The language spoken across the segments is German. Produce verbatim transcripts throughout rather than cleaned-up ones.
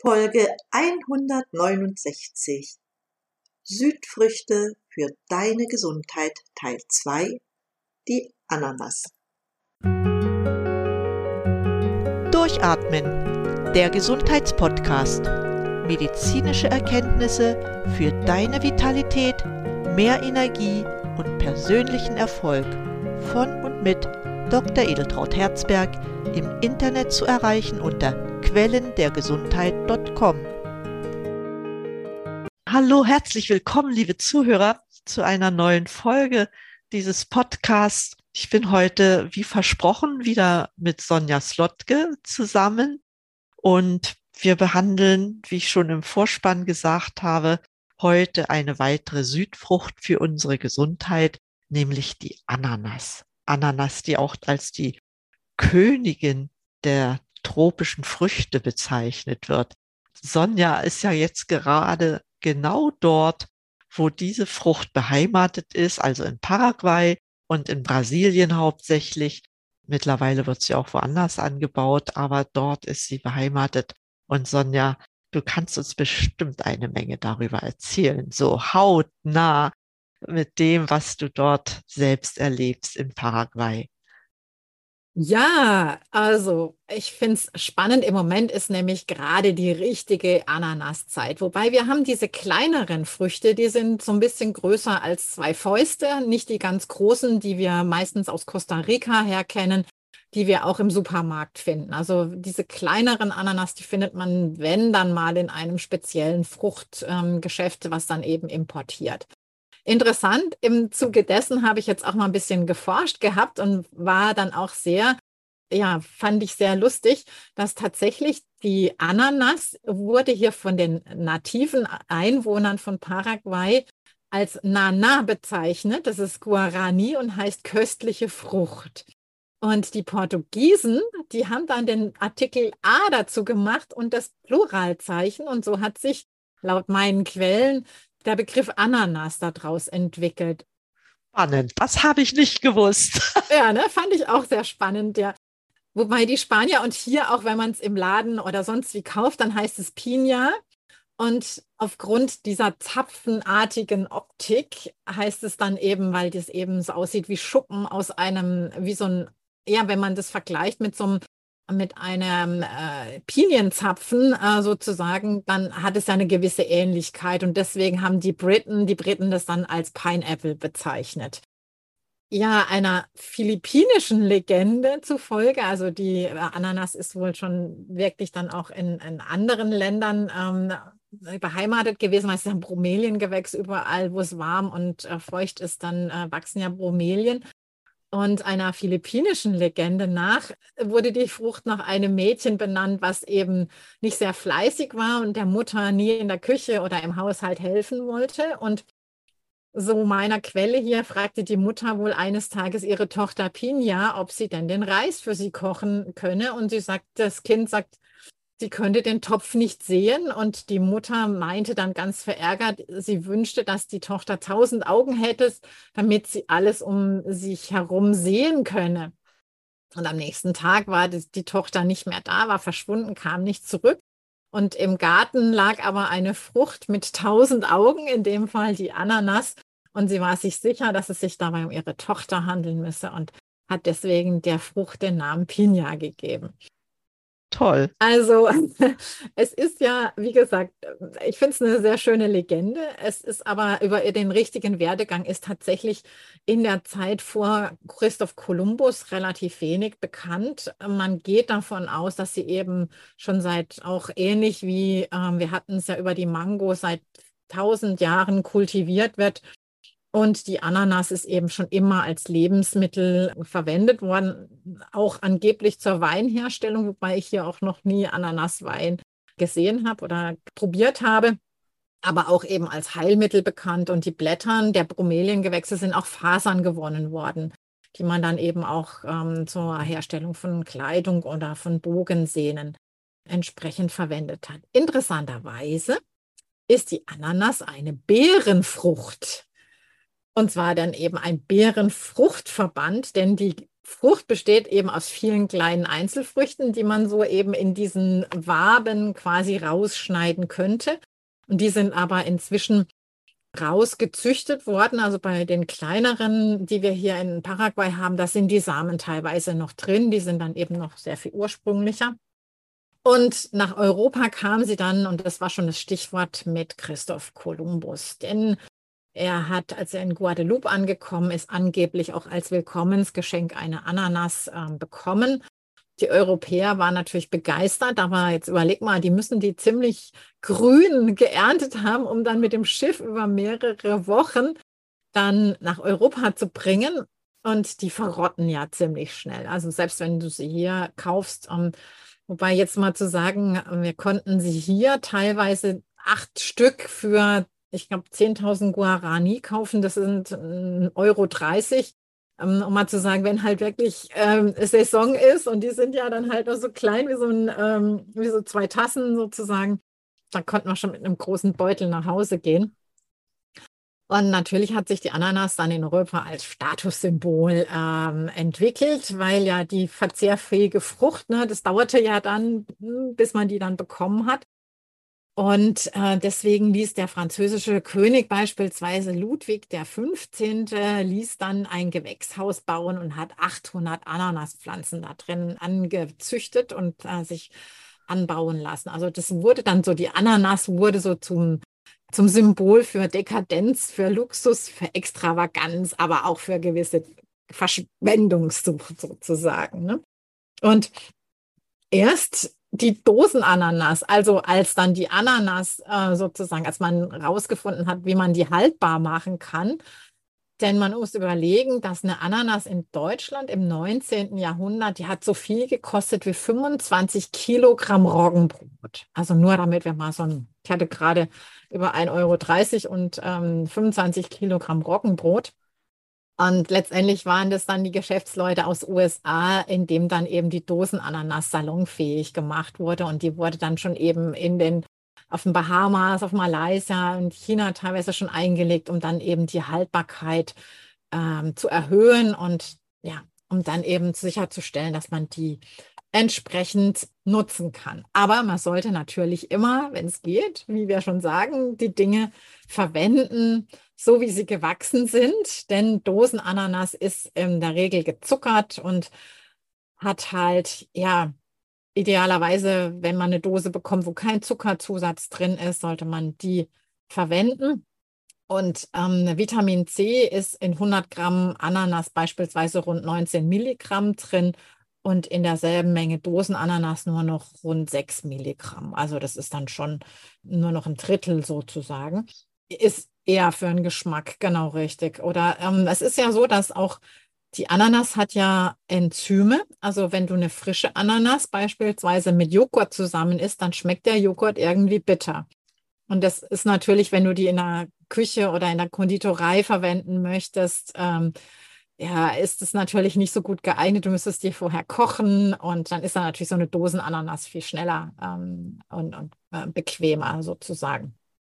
Folge hundertneunundsechzig. Südfrüchte für deine Gesundheit Teil zwei. Die Ananas. Durchatmen, der Gesundheitspodcast. Medizinische Erkenntnisse für deine Vitalität, mehr Energie und persönlichen Erfolg. Von und mit Doktor Edeltraud Herzberg, im Internet zu erreichen unter quellendergesundheit punkt com. Hallo, herzlich willkommen, liebe Zuhörer, zu einer neuen Folge dieses Podcasts. Ich bin heute, wie versprochen, wieder mit Sonja Slotke zusammen und wir behandeln, wie ich schon im Vorspann gesagt habe, heute eine weitere Südfrucht für unsere Gesundheit, nämlich die Ananas. Ananas, die auch als die Königin der tropischen Früchte bezeichnet wird. Sonja ist ja jetzt gerade genau dort, wo diese Frucht beheimatet ist, also in Paraguay und in Brasilien hauptsächlich. Mittlerweile wird sie auch woanders angebaut, aber dort ist sie beheimatet. Und Sonja, du kannst uns bestimmt eine Menge darüber erzählen, so hautnah mit dem, was du dort selbst erlebst in Paraguay. Ja, also ich finde es spannend. Im Moment ist nämlich gerade die richtige Ananaszeit. Wobei wir haben diese kleineren Früchte, die sind so ein bisschen größer als zwei Fäuste. Nicht die ganz großen, die wir meistens aus Costa Rica her kennen, die wir auch im Supermarkt finden. Also diese kleineren Ananas, die findet man, wenn dann mal in einem speziellen Fruchtgeschäft, ähm, was dann eben importiert. Interessant, im Zuge dessen habe ich jetzt auch mal ein bisschen geforscht gehabt und war dann auch sehr, ja, fand ich sehr lustig, dass tatsächlich die Ananas wurde hier von den nativen Einwohnern von Paraguay als Nana bezeichnet. Das ist Guarani und heißt köstliche Frucht. Und die Portugiesen, die haben dann den Artikel A dazu gemacht und das Pluralzeichen. Und so hat sich laut meinen Quellen der Begriff Ananas daraus entwickelt. Spannend, das habe ich nicht gewusst. Ja, ne, fand ich auch sehr spannend, ja. Wobei die Spanier und hier auch, wenn man es im Laden oder sonst wie kauft, dann heißt es Piña. Und aufgrund dieser zapfenartigen Optik heißt es dann eben, weil das eben so aussieht wie Schuppen aus einem, wie so ein, ja, wenn man das vergleicht mit so einem mit einem äh, Pinienzapfen äh, sozusagen, dann hat es ja eine gewisse Ähnlichkeit und deswegen haben die Briten, die Briten das dann als Pineapple bezeichnet. Ja, einer philippinischen Legende zufolge, also die äh, Ananas ist wohl schon wirklich dann auch in, in anderen Ländern ähm, beheimatet gewesen, weil es ist ja ein Bromeliengewächs überall, wo es warm und äh, feucht ist, dann äh, wachsen ja Bromelien. Und einer philippinischen Legende nach wurde die Frucht nach einem Mädchen benannt, was eben nicht sehr fleißig war und der Mutter nie in der Küche oder im Haushalt helfen wollte. Und so meiner Quelle hier fragte die Mutter wohl eines Tages ihre Tochter Piña, ob sie denn den Reis für sie kochen könne. Und sie sagt, das Kind sagt, sie könnte den Topf nicht sehen und die Mutter meinte dann ganz verärgert, sie wünschte, dass die Tochter tausend Augen hätte, damit sie alles um sich herum sehen könne. Und am nächsten Tag war die, die Tochter nicht mehr da, war verschwunden, kam nicht zurück. Und im Garten lag aber eine Frucht mit tausend Augen, in dem Fall die Ananas. Und sie war sich sicher, dass es sich dabei um ihre Tochter handeln müsse und hat deswegen der Frucht den Namen Piña gegeben. Toll. Also es ist ja, wie gesagt, ich finde es eine sehr schöne Legende. Es ist aber über den richtigen Werdegang ist tatsächlich in der Zeit vor Christoph Kolumbus relativ wenig bekannt. Man geht davon aus, dass sie eben schon seit auch ähnlich wie, äh, wir hatten es ja über die Mango, seit tausend Jahren kultiviert wird. Und die Ananas ist eben schon immer als Lebensmittel verwendet worden, auch angeblich zur Weinherstellung, wobei ich hier auch noch nie Ananaswein gesehen habe oder probiert habe, aber auch eben als Heilmittel bekannt. Und die Blätter der Bromeliengewächse sind auch Fasern gewonnen worden, die man dann eben auch ähm, zur Herstellung von Kleidung oder von Bogensehnen entsprechend verwendet hat. Interessanterweise ist die Ananas eine Beerenfrucht. Und zwar dann eben ein Beerenfruchtverband, denn die Frucht besteht eben aus vielen kleinen Einzelfrüchten, die man so eben in diesen Waben quasi rausschneiden könnte. Und die sind aber inzwischen rausgezüchtet worden. Also bei den kleineren, die wir hier in Paraguay haben, da sind die Samen teilweise noch drin. Die sind dann eben noch sehr viel ursprünglicher. Und nach Europa kam sie dann, und das war schon das Stichwort, mit Christoph Kolumbus. Denn er hat, als er in Guadeloupe angekommen ist, angeblich auch als Willkommensgeschenk eine Ananas äh, bekommen. Die Europäer waren natürlich begeistert, aber jetzt überleg mal, die müssen die ziemlich grün geerntet haben, um dann mit dem Schiff über mehrere Wochen dann nach Europa zu bringen. Und die verrotten ja ziemlich schnell. Also selbst wenn du sie hier kaufst, um, wobei jetzt mal zu sagen, wir konnten sie hier teilweise acht Stück für, ich glaube, zehntausend Guarani kaufen. Das sind ein Euro dreißig. Um mal zu sagen, wenn halt wirklich ähm, Saison ist und die sind ja dann halt nur so klein wie so, ein, ähm, wie so zwei Tassen sozusagen, da konnte man schon mit einem großen Beutel nach Hause gehen. Und natürlich hat sich die Ananas dann in Europa als Statussymbol ähm, entwickelt, weil ja die verzehrfähige Frucht, ne, das dauerte ja dann, bis man die dann bekommen hat. Und äh, deswegen ließ der französische König beispielsweise Ludwig der fünfzehnte. ließ dann ein Gewächshaus bauen und hat achthundert Ananaspflanzen da drin angezüchtet und äh, sich anbauen lassen. Also das wurde dann so, die Ananas wurde so zum, zum Symbol für Dekadenz, für Luxus, für Extravaganz, aber auch für gewisse Verschwendungssucht sozusagen. Ne? Und erst die Dosenananas, also als dann die Ananas äh, sozusagen, als man rausgefunden hat, wie man die haltbar machen kann, denn man muss überlegen, dass eine Ananas in Deutschland im neunzehnten. Jahrhundert, die hat so viel gekostet wie fünfundzwanzig Kilogramm Roggenbrot. Also nur damit wir mal so ein, ich hatte gerade über ein Euro dreißig und ähm, fünfundzwanzig Kilogramm Roggenbrot. Und letztendlich waren das dann die Geschäftsleute aus U S A, in dem dann eben die Dosenananas salonfähig gemacht wurde. Und die wurde dann schon eben in den, auf den Bahamas, auf Malaysia und China teilweise schon eingelegt, um dann eben die Haltbarkeit ähm, zu erhöhen und ja, um dann eben sicherzustellen, dass man die entsprechend nutzen kann. Aber man sollte natürlich immer, wenn es geht, wie wir schon sagen, die Dinge verwenden, so wie sie gewachsen sind. Denn Dosenananas ist in der Regel gezuckert und hat halt, ja, idealerweise, wenn man eine Dose bekommt, wo kein Zuckerzusatz drin ist, sollte man die verwenden. Und ähm, Vitamin C ist in hundert Gramm Ananas beispielsweise rund neunzehn Milligramm drin. Und in derselben Menge Dosenananas nur noch rund sechs Milligramm. Also das ist dann schon nur noch ein Drittel sozusagen. Ist eher für den Geschmack, genau richtig. Oder ähm, es ist ja so, dass auch die Ananas hat ja Enzyme. Also wenn du eine frische Ananas beispielsweise mit Joghurt zusammen isst, dann schmeckt der Joghurt irgendwie bitter. Und das ist natürlich, wenn du die in der Küche oder in der Konditorei verwenden möchtest, ähm, ja, ist es natürlich nicht so gut geeignet. Du müsstest die vorher kochen und dann ist dann natürlich so eine Dosenananas viel schneller ähm, und, und äh, bequemer sozusagen.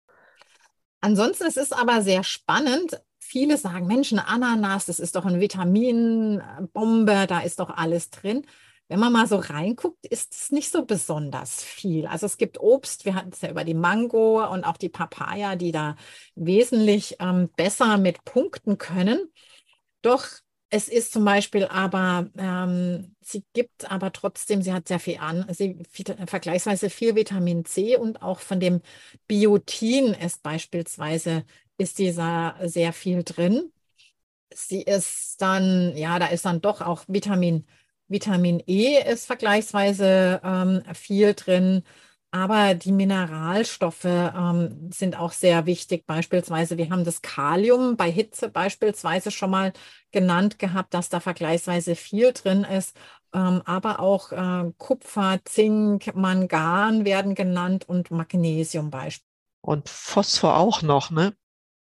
Ansonsten es ist es aber sehr spannend. Viele sagen, Mensch, eine Ananas, das ist doch eine Vitaminbombe, da ist doch alles drin. Wenn man mal so reinguckt, ist es nicht so besonders viel. Also es gibt Obst, wir hatten es ja über die Mango und auch die Papaya, die da wesentlich ähm, besser mit punkten können. Doch es ist zum Beispiel aber, ähm, sie gibt aber trotzdem, sie hat sehr viel an, sie viel, vergleichsweise viel Vitamin C und auch von dem Biotin ist beispielsweise, ist dieser sehr viel drin. Sie ist dann, ja, da ist dann doch auch Vitamin, Vitamin E ist vergleichsweise ähm, viel drin. Aber die Mineralstoffe ähm, sind auch sehr wichtig. Beispielsweise, wir haben das Kalium bei Hitze beispielsweise schon mal genannt gehabt, dass da vergleichsweise viel drin ist. Ähm, aber auch äh, Kupfer, Zink, Mangan werden genannt und Magnesium beispielsweise. Und Phosphor auch noch, ne?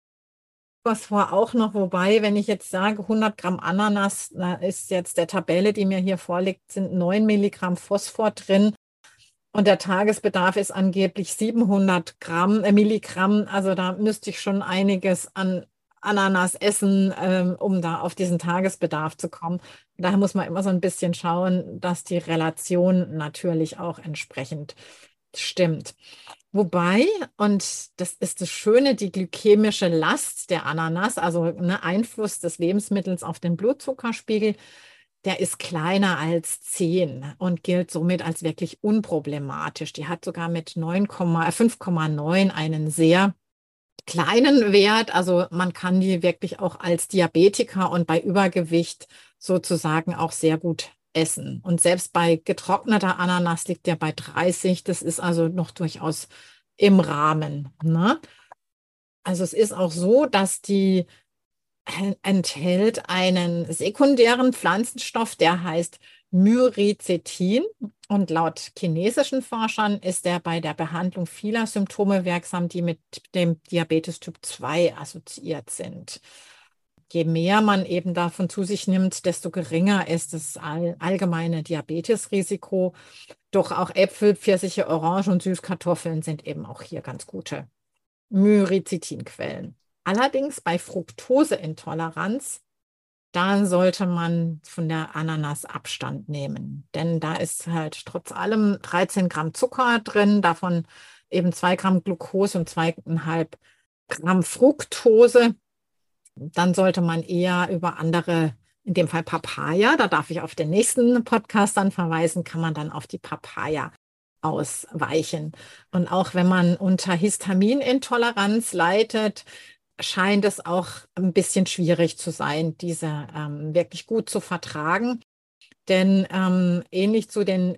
Phosphor auch noch, wobei, wenn ich jetzt sage, hundert Gramm Ananas, da ist jetzt der Tabelle, die mir hier vorliegt, sind neun Milligramm Phosphor drin. Und der Tagesbedarf ist angeblich siebenhundert Gramm, äh, Milligramm. Also da müsste ich schon einiges an Ananas essen, ähm, um da auf diesen Tagesbedarf zu kommen. daher muss man immer so ein bisschen schauen, dass die Relation natürlich auch entsprechend stimmt. Wobei, und das ist das Schöne, die glykämische Last der Ananas, also ein Einfluss des Lebensmittels auf den Blutzuckerspiegel, der ist kleiner als zehn und gilt somit als wirklich unproblematisch. Die hat sogar mit fünf Komma neun einen sehr kleinen Wert. Also man kann die wirklich auch als Diabetiker und bei Übergewicht sozusagen auch sehr gut essen. Und selbst bei getrockneter Ananas liegt der bei dreißig. Das ist also noch durchaus im Rahmen, ne? Also es ist auch so, dass die enthält einen sekundären Pflanzenstoff, der heißt Myricetin. Und laut chinesischen Forschern ist er bei der Behandlung vieler Symptome wirksam, die mit dem Diabetes Typ zwei assoziiert sind. Je mehr man eben davon zu sich nimmt, desto geringer ist das all, allgemeine Diabetesrisiko. Doch auch Äpfel, Pfirsiche, Orangen und Süßkartoffeln sind eben auch hier ganz gute Myricetinquellen. Allerdings bei Fructoseintoleranz, da sollte man von der Ananas Abstand nehmen. Denn da ist halt trotz allem dreizehn Gramm Zucker drin, davon eben zwei Gramm Glucose und zwei Komma fünf Gramm Fructose. Dann sollte man eher über andere, in dem Fall Papaya, da darf ich auf den nächsten Podcast dann verweisen, kann man dann auf die Papaya ausweichen. Und auch wenn man unter Histaminintoleranz leidet, scheint es auch ein bisschen schwierig zu sein, diese ähm, wirklich gut zu vertragen. Denn ähm, ähnlich zu den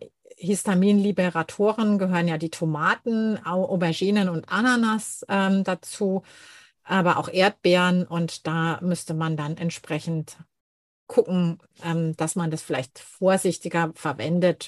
Histaminliberatoren gehören ja die Tomaten, Auberginen und Ananas ähm, dazu, aber auch Erdbeeren. Und da müsste man dann entsprechend gucken, ähm, dass man das vielleicht vorsichtiger verwendet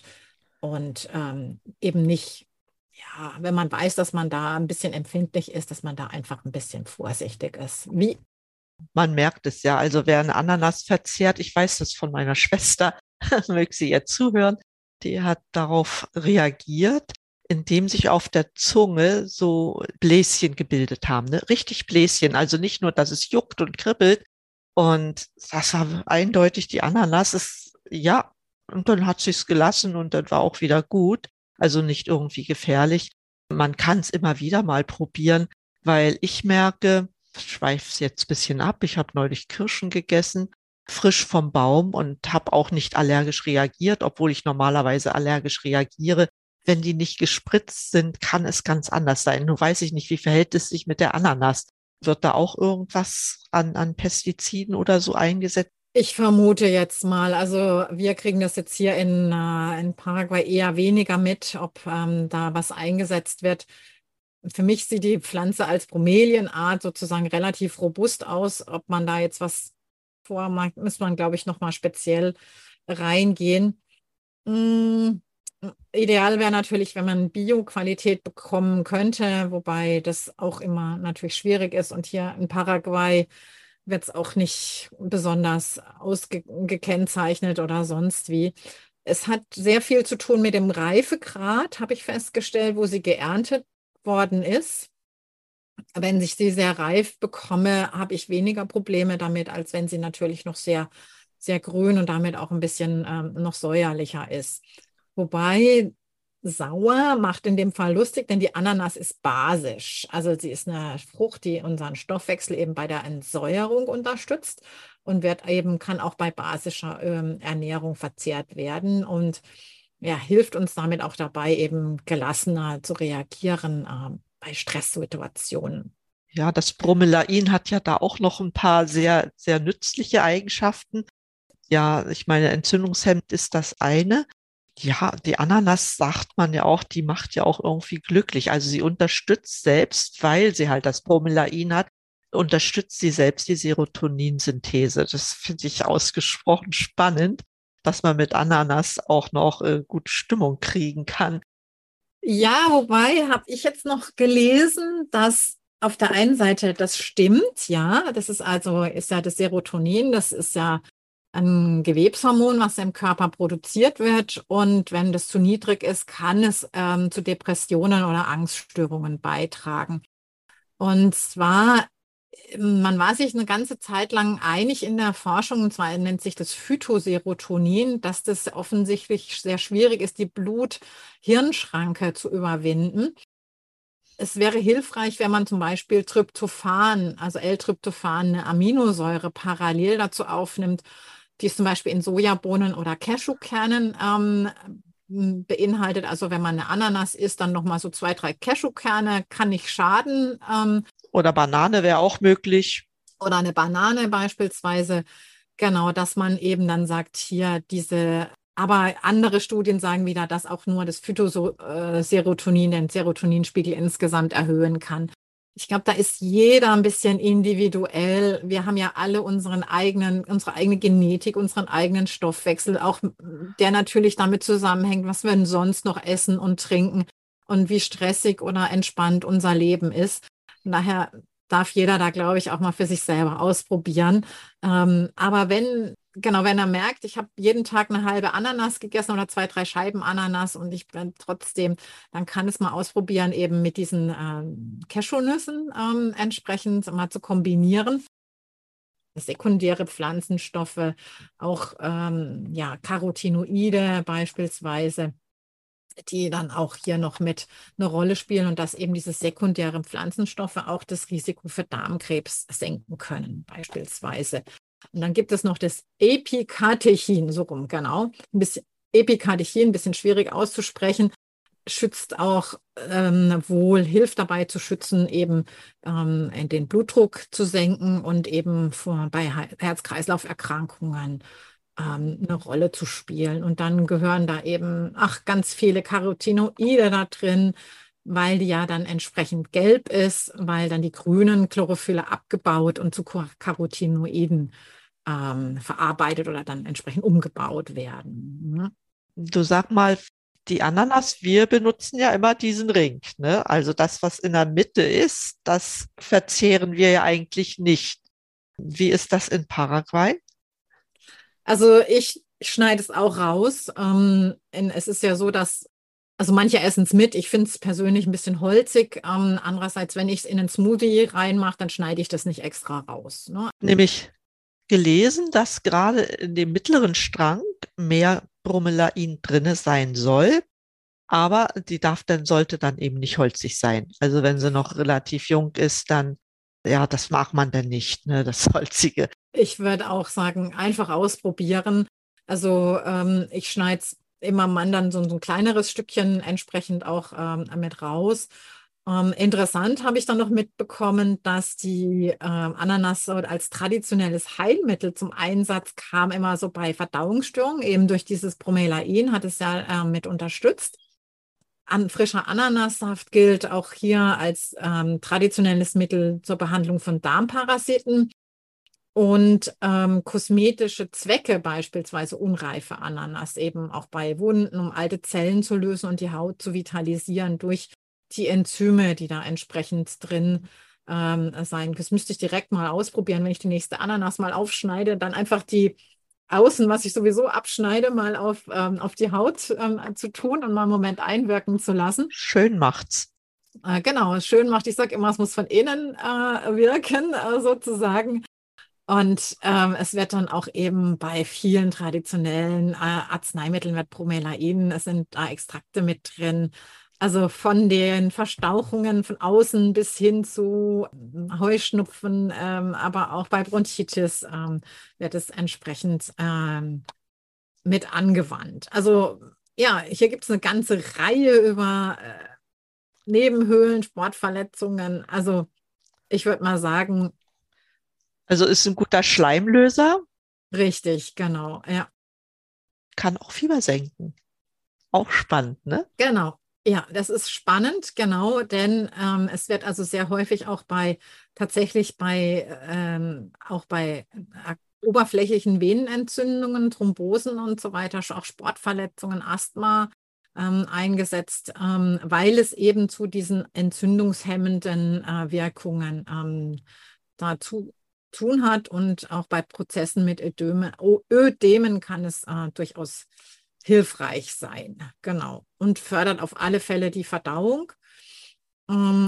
und ähm, eben nicht, ja, wenn man weiß, dass man da ein bisschen empfindlich ist, dass man da einfach ein bisschen vorsichtig ist. Wie? Man merkt es ja, also wer eine Ananas verzehrt, ich weiß das von meiner Schwester, möge sie ihr zuhören, die hat darauf reagiert, indem sich auf der Zunge so Bläschen gebildet haben, ne? Richtig Bläschen, also nicht nur, dass es juckt und kribbelt. Und das war eindeutig, die Ananas ist, ja, und dann hat sie es gelassen und dann war auch wieder gut. Also nicht irgendwie gefährlich. Man kann es immer wieder mal probieren, weil ich merke, ich schweife es jetzt ein bisschen ab. Ich habe neulich Kirschen gegessen, frisch vom Baum und habe auch nicht allergisch reagiert, obwohl ich normalerweise allergisch reagiere. Wenn die nicht gespritzt sind, kann es ganz anders sein. Nun weiß ich nicht, wie verhält es sich mit der Ananas? Wird da auch irgendwas an, an Pestiziden oder so eingesetzt? Ich vermute jetzt mal, also wir kriegen das jetzt hier in, äh, in Paraguay eher weniger mit, ob ähm, da was eingesetzt wird. Für mich sieht die Pflanze als Bromelienart sozusagen relativ robust aus. Ob man da jetzt was vormacht, muss man, glaube ich, nochmal speziell reingehen. Mm, ideal wäre natürlich, wenn man Bio-Qualität bekommen könnte, wobei das auch immer natürlich schwierig ist. Und hier in Paraguay wird es auch nicht besonders ausgekennzeichnet oder sonst wie. Es hat sehr viel zu tun mit dem Reifegrad, habe ich festgestellt, wo sie geerntet worden ist. Wenn ich sie sehr reif bekomme, habe ich weniger Probleme damit, als wenn sie natürlich noch sehr, sehr grün und damit auch ein bisschen ähm, noch säuerlicher ist. Wobei sauer macht in dem Fall lustig, denn die Ananas ist basisch. Also sie ist eine Frucht, die unseren Stoffwechsel eben bei der Entsäuerung unterstützt und wird eben, kann auch bei basischer ähm, Ernährung verzehrt werden und ja, hilft uns damit auch dabei, eben gelassener zu reagieren äh, bei Stresssituationen. Ja, das Bromelain hat ja da auch noch ein paar sehr, sehr nützliche Eigenschaften. Ja, ich meine, entzündungshemmend ist das eine. Ja, die Ananas sagt man ja auch, die macht ja auch irgendwie glücklich. Also sie unterstützt selbst, weil sie halt das Bromelain hat, unterstützt sie selbst die Serotoninsynthese. Das finde ich ausgesprochen spannend, dass man mit Ananas auch noch äh, gut Stimmung kriegen kann. Ja, wobei habe ich jetzt noch gelesen, dass auf der einen Seite das stimmt, ja, das ist also, ist ja das Serotonin, das ist ja ein Gewebshormon, was im Körper produziert wird. Und wenn das zu niedrig ist, kann es ähm, zu Depressionen oder Angststörungen beitragen. Und zwar Man war sich eine ganze Zeit lang einig in der Forschung, und zwar nennt sich das Phytoserotonin, dass das offensichtlich sehr schwierig ist, die Blut-Hirn-Schranke zu überwinden. Es wäre hilfreich, wenn man zum Beispiel Tryptophan, also L-Tryptophan, eine Aminosäure parallel dazu aufnimmt, die es zum Beispiel in Sojabohnen oder Cashewkernen ähm, beinhaltet. Also wenn man eine Ananas isst, dann nochmal so zwei, drei Cashewkerne, kann nicht schaden. Ähm, Oder Banane wäre auch möglich. Oder eine Banane beispielsweise. Genau, dass man eben dann sagt, hier diese, aber andere Studien sagen wieder, dass auch nur das Phytoserotonin den Serotoninspiegel insgesamt erhöhen kann. Ich glaube, da ist jeder ein bisschen individuell. Wir haben ja alle unseren eigenen, unsere eigene Genetik, unseren eigenen Stoffwechsel, auch der natürlich damit zusammenhängt, was wir denn sonst noch essen und trinken und wie stressig oder entspannt unser Leben ist. Von daher darf jeder da, glaube ich, auch mal für sich selber ausprobieren. Ähm, aber wenn, genau, wenn er merkt, ich habe jeden Tag eine halbe Ananas gegessen oder zwei, drei Scheiben Ananas und ich bin trotzdem, dann kann es mal ausprobieren, eben mit diesen ähm, Cashewnüssen ähm, entsprechend mal zu kombinieren. Sekundäre Pflanzenstoffe, auch ähm, ja, Carotinoide beispielsweise, die dann auch hier noch mit eine Rolle spielen und dass eben diese sekundären Pflanzenstoffe auch das Risiko für Darmkrebs senken können, beispielsweise. Und dann gibt es noch das Epikatechin, so rum, genau. Ein bisschen Epikatechin, ein bisschen schwierig auszusprechen, schützt auch ähm, wohl, hilft dabei zu schützen, eben ähm, den Blutdruck zu senken und eben vor, bei Herz-Kreislauf-Erkrankungen ähm, eine Rolle zu spielen. Und dann gehören da eben, ach, ganz viele Carotinoide da drin, weil die ja dann entsprechend gelb ist, weil dann die grünen Chlorophylle abgebaut und zu Carotinoiden ähm, verarbeitet oder dann entsprechend umgebaut werden. Du sag mal, die Ananas, wir benutzen ja immer diesen Ring, ne? Also das, was in der Mitte ist, das verzehren wir ja eigentlich nicht. Wie ist das in Paraguay? Also ich schneide es auch raus. Ähm, in, es ist ja so, dass, also manche essen es mit. Ich finde es persönlich ein bisschen holzig. Ähm, andererseits, wenn ich es in einen Smoothie reinmache, dann schneide ich das nicht extra raus. Ne? Nämlich gelesen, dass gerade in dem mittleren Strang mehr Bromelain drinne sein soll, aber die darf dann, sollte dann eben nicht holzig sein. Also wenn sie noch relativ jung ist, dann, ja, das mag man dann nicht, ne, das Holzige. Ich würde auch sagen, einfach ausprobieren. Also ähm, ich schneide es immer mal dann so, so ein kleineres Stückchen entsprechend auch ähm, mit raus. Ähm, interessant habe ich dann noch mitbekommen, dass die äh, Ananas so als traditionelles Heilmittel zum Einsatz kam, immer so bei Verdauungsstörungen, eben durch dieses Bromelain hat es ja äh, mit unterstützt. An frischer Ananassaft gilt auch hier als ähm, traditionelles Mittel zur Behandlung von Darmparasiten. Und ähm, kosmetische Zwecke, beispielsweise unreife Ananas, eben auch bei Wunden, um alte Zellen zu lösen und die Haut zu vitalisieren durch die Enzyme, die da entsprechend drin ähm, sein. Das müsste ich direkt mal ausprobieren, wenn ich die nächste Ananas mal aufschneide, dann einfach die Außen, was ich sowieso abschneide, mal auf, ähm, auf die Haut ähm, zu tun und mal einen Moment einwirken zu lassen. Schön macht's. Äh, genau, schön macht. Ich sage immer, es muss von innen äh, wirken, äh, sozusagen. Und ähm, es wird dann auch eben bei vielen traditionellen äh, Arzneimitteln wird Bromelain, es sind da Extrakte mit drin. Also von den Verstauchungen von außen bis hin zu ähm, Heuschnupfen, ähm, aber auch bei Bronchitis ähm, wird es entsprechend ähm, mit angewandt. Also ja, hier gibt es eine ganze Reihe über äh, Nebenhöhlen, Sportverletzungen. Also ich würde mal sagen, Also ist ein guter Schleimlöser, richtig, genau, ja. kann auch Fieber senken. Auch spannend, ne? Genau, ja, das ist spannend, genau, denn ähm, es wird also sehr häufig auch bei, tatsächlich bei, ähm, auch bei äh, oberflächlichen Venenentzündungen, Thrombosen und so weiter, auch Sportverletzungen, Asthma ähm, eingesetzt, ähm, weil es eben zu diesen entzündungshemmenden äh, Wirkungen ähm, dazu tun hat und auch bei Prozessen mit Ödeme, Ödemen kann es äh, durchaus hilfreich sein. Genau. Und fördert auf alle Fälle die Verdauung. Ähm,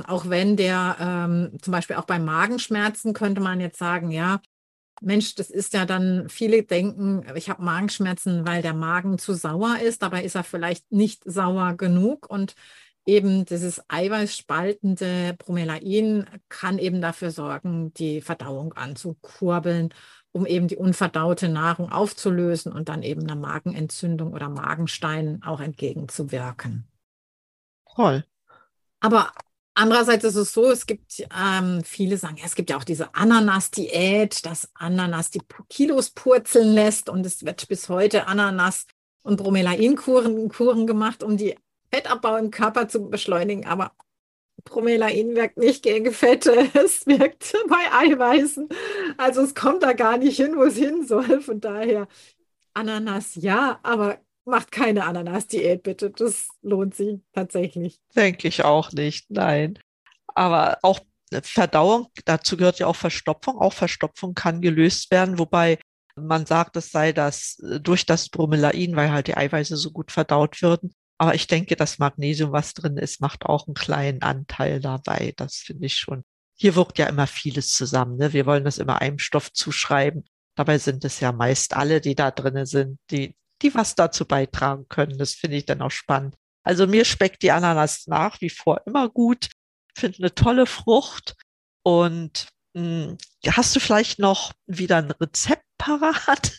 auch wenn der ähm, zum Beispiel auch bei Magenschmerzen könnte man jetzt sagen, ja, Mensch, das ist ja dann, viele denken, ich habe Magenschmerzen, weil der Magen zu sauer ist, dabei ist er vielleicht nicht sauer genug und eben dieses eiweißspaltende Bromelain kann eben dafür sorgen, die Verdauung anzukurbeln, um eben die unverdaute Nahrung aufzulösen und dann eben einer Magenentzündung oder Magensteinen auch entgegenzuwirken. Toll. Aber andererseits ist es so, es gibt, ähm, viele sagen, ja, es gibt ja auch diese Ananas-Diät, dass Ananas die Kilos purzeln lässt und es wird bis heute Ananas- und Bromelainkuren Kuren gemacht, um die Fettabbau im Körper zu beschleunigen. Aber Bromelain wirkt nicht gegen Fette, es wirkt bei Eiweißen. Also es kommt da gar nicht hin, wo es hin soll. Von daher Ananas ja, aber macht keine Ananas-Diät bitte. Das lohnt sich tatsächlich. Denke ich auch nicht, nein. Aber auch Verdauung, dazu gehört ja auch Verstopfung. Auch Verstopfung kann gelöst werden, wobei man sagt, es sei das äh, durch das Bromelain, weil halt die Eiweiße so gut verdaut würden. Aber ich denke, das Magnesium, was drin ist, macht auch einen kleinen Anteil dabei. Das finde ich schon. Hier wirkt ja immer vieles zusammen, ne? Wir wollen das immer einem Stoff zuschreiben. Dabei sind es ja meist alle, die da drin sind, die, die was dazu beitragen können. Das finde ich dann auch spannend. Also mir schmeckt die Ananas nach wie vor immer gut. Finde eine tolle Frucht. Und mh, hast du vielleicht noch wieder ein Rezept parat?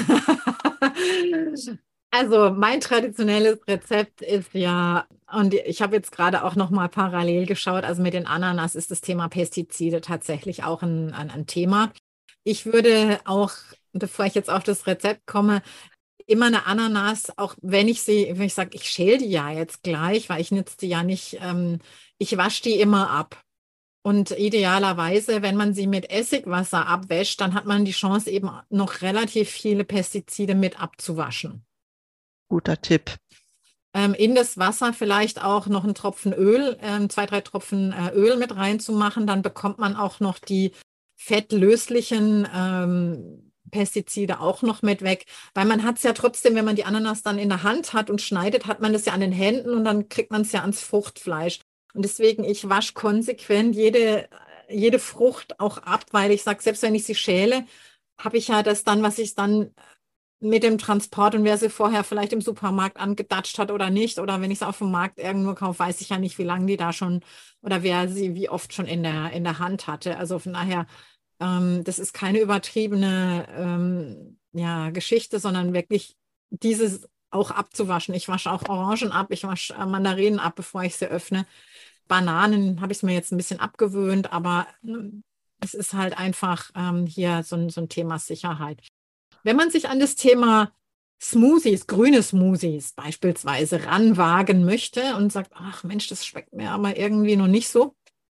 Also mein traditionelles Rezept ist ja, und ich habe jetzt gerade auch noch mal parallel geschaut, also mit den Ananas ist das Thema Pestizide tatsächlich auch ein, ein, ein Thema. Ich würde auch, bevor ich jetzt auf das Rezept komme, immer eine Ananas, auch wenn ich sie, wenn ich sage, ich schäle die ja jetzt gleich, weil ich nütze die ja nicht, ähm, ich wasche die immer ab. Und idealerweise, wenn man sie mit Essigwasser abwäscht, dann hat man die Chance, eben noch relativ viele Pestizide mit abzuwaschen. Guter Tipp. Ähm, in das Wasser vielleicht auch noch einen Tropfen Öl, ähm, zwei, drei Tropfen äh, Öl mit reinzumachen, dann bekommt man auch noch die fettlöslichen ähm, Pestizide auch noch mit weg, weil man hat es ja trotzdem, wenn man die Ananas dann in der Hand hat und schneidet, hat man das ja an den Händen und dann kriegt man es ja ans Fruchtfleisch. Und deswegen, ich wasche konsequent jede, jede Frucht auch ab, weil ich sage, selbst wenn ich sie schäle, habe ich ja das dann, was ich dann mit dem Transport und wer sie vorher vielleicht im Supermarkt angedatscht hat oder nicht. Oder wenn ich sie auf dem Markt irgendwo kaufe, weiß ich ja nicht, wie lange die da schon oder wer sie wie oft schon in der, in der Hand hatte. Also von daher, ähm, das ist keine übertriebene ähm, ja, Geschichte, sondern wirklich dieses auch abzuwaschen. Ich wasche auch Orangen ab, ich wasche äh, Mandarinen ab, bevor ich sie öffne. Bananen habe ich es mir jetzt ein bisschen abgewöhnt, aber äh, es ist halt einfach ähm, hier so ein, so ein Thema Sicherheit. Wenn man sich an das Thema Smoothies, grüne Smoothies beispielsweise ranwagen möchte und sagt, ach Mensch, das schmeckt mir aber irgendwie noch nicht so,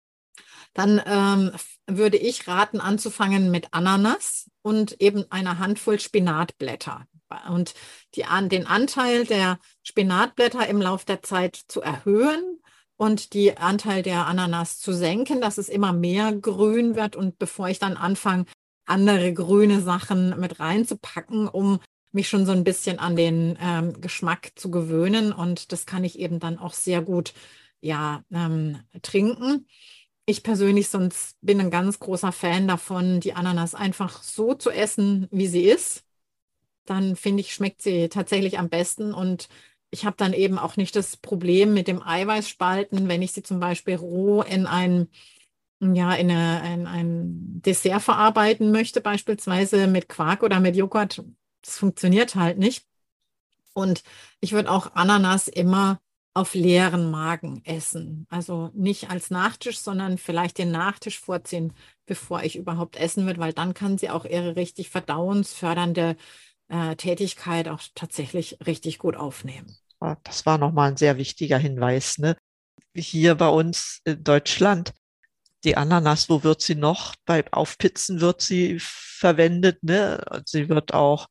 dann ähm, würde ich raten, anzufangen mit Ananas und eben einer Handvoll Spinatblätter. Und die, an, den Anteil der Spinatblätter im Laufe der Zeit zu erhöhen und die Anteil der Ananas zu senken, dass es immer mehr grün wird. Und bevor ich dann anfange, andere grüne Sachen mit reinzupacken, um mich schon so ein bisschen an den ähm, Geschmack zu gewöhnen. Und das kann ich eben dann auch sehr gut ja, ähm, trinken. Ich persönlich sonst bin ein ganz großer Fan davon, die Ananas einfach so zu essen, wie sie ist. Dann finde ich, schmeckt sie tatsächlich am besten. Und ich habe dann eben auch nicht das Problem mit dem Eiweißspalten, wenn ich sie zum Beispiel roh in ein ja, in, eine, in ein Dessert verarbeiten möchte, beispielsweise mit Quark oder mit Joghurt. Das funktioniert halt nicht. Und ich würde auch Ananas immer auf leeren Magen essen. Also nicht als Nachtisch, sondern vielleicht den Nachtisch vorziehen, bevor ich überhaupt essen würde, weil dann kann sie auch ihre richtig verdauungsfördernde äh, Tätigkeit auch tatsächlich richtig gut aufnehmen. Das war nochmal ein sehr wichtiger Hinweis, ne? Hier bei uns in Deutschland, die Ananas, wo wird sie noch? Bei, auf Pizzen wird sie verwendet, ne? Sie wird auch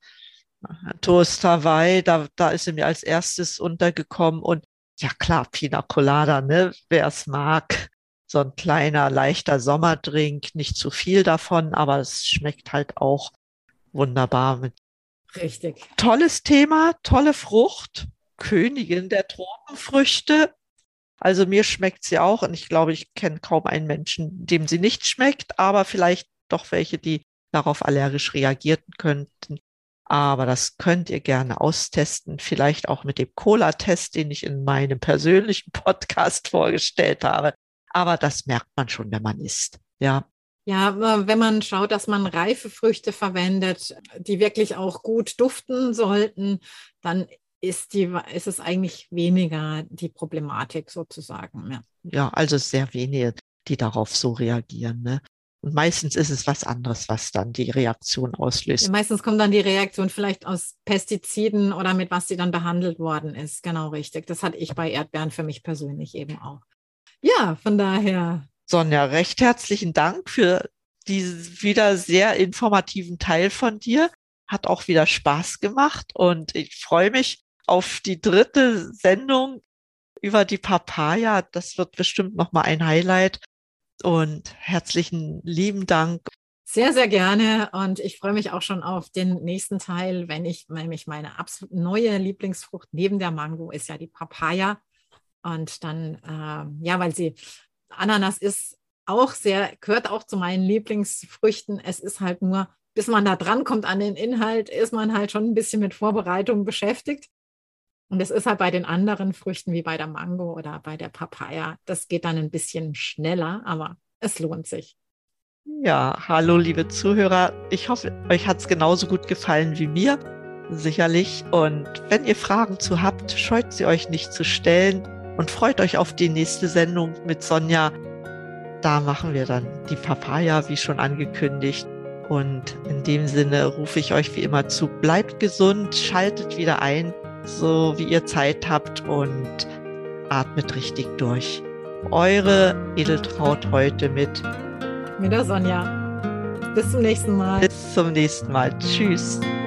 Toast Hawaii, da, da ist sie mir als erstes untergekommen. Und ja klar, Pina Colada, ne? Wer es mag, so ein kleiner, leichter Sommerdrink, nicht zu viel davon, aber es schmeckt halt auch wunderbar mit. Richtig. Tolles Thema, tolle Frucht, Königin der Tropenfrüchte. Also mir schmeckt sie auch und ich glaube, ich kenne kaum einen Menschen, dem sie nicht schmeckt, aber vielleicht doch welche, die darauf allergisch reagieren könnten. Aber das könnt ihr gerne austesten, vielleicht auch mit dem Cola-Test, den ich in meinem persönlichen Podcast vorgestellt habe. Aber das merkt man schon, wenn man isst. Ja. Ja, wenn man schaut, dass man reife Früchte verwendet, die wirklich auch gut duften sollten, dann ist, die, ist es eigentlich weniger die Problematik sozusagen. Ja, ja, also sehr wenige, die darauf so reagieren, ne? Und meistens ist es was anderes, was dann die Reaktion auslöst. Ja, meistens kommt dann die Reaktion vielleicht aus Pestiziden oder mit was sie dann behandelt worden ist. Genau, richtig. Das hatte ich bei Erdbeeren für mich persönlich eben auch. Ja, von daher. Sonja, recht herzlichen Dank für diesen wieder sehr informativen Teil von dir. Hat auch wieder Spaß gemacht und ich freue mich auf die dritte Sendung über die Papaya. Das wird bestimmt nochmal ein Highlight. Und herzlichen lieben Dank. Sehr, sehr gerne. Und ich freue mich auch schon auf den nächsten Teil, wenn ich nämlich meine absolut neue Lieblingsfrucht neben der Mango ist ja die Papaya. Und dann, äh, ja, weil sie Ananas ist auch sehr, gehört auch zu meinen Lieblingsfrüchten. Es ist halt nur, bis man da dran kommt an den Inhalt, ist man halt schon ein bisschen mit Vorbereitung beschäftigt. Und es ist halt bei den anderen Früchten wie bei der Mango oder bei der Papaya, das geht dann ein bisschen schneller, aber es lohnt sich. Ja, hallo liebe Zuhörer. Ich hoffe, euch hat es genauso gut gefallen wie mir, sicherlich. Und wenn ihr Fragen zu habt, scheut sie euch nicht zu stellen und freut euch auf die nächste Sendung mit Sonja. Da machen wir dann die Papaya, wie schon angekündigt. Und in dem Sinne rufe ich euch wie immer zu, bleibt gesund, schaltet wieder ein, so wie ihr Zeit habt und atmet richtig durch. Eure Edeltraut heute mit Mit der Sonja. Bis zum nächsten Mal. Bis zum nächsten Mal. Tschüss.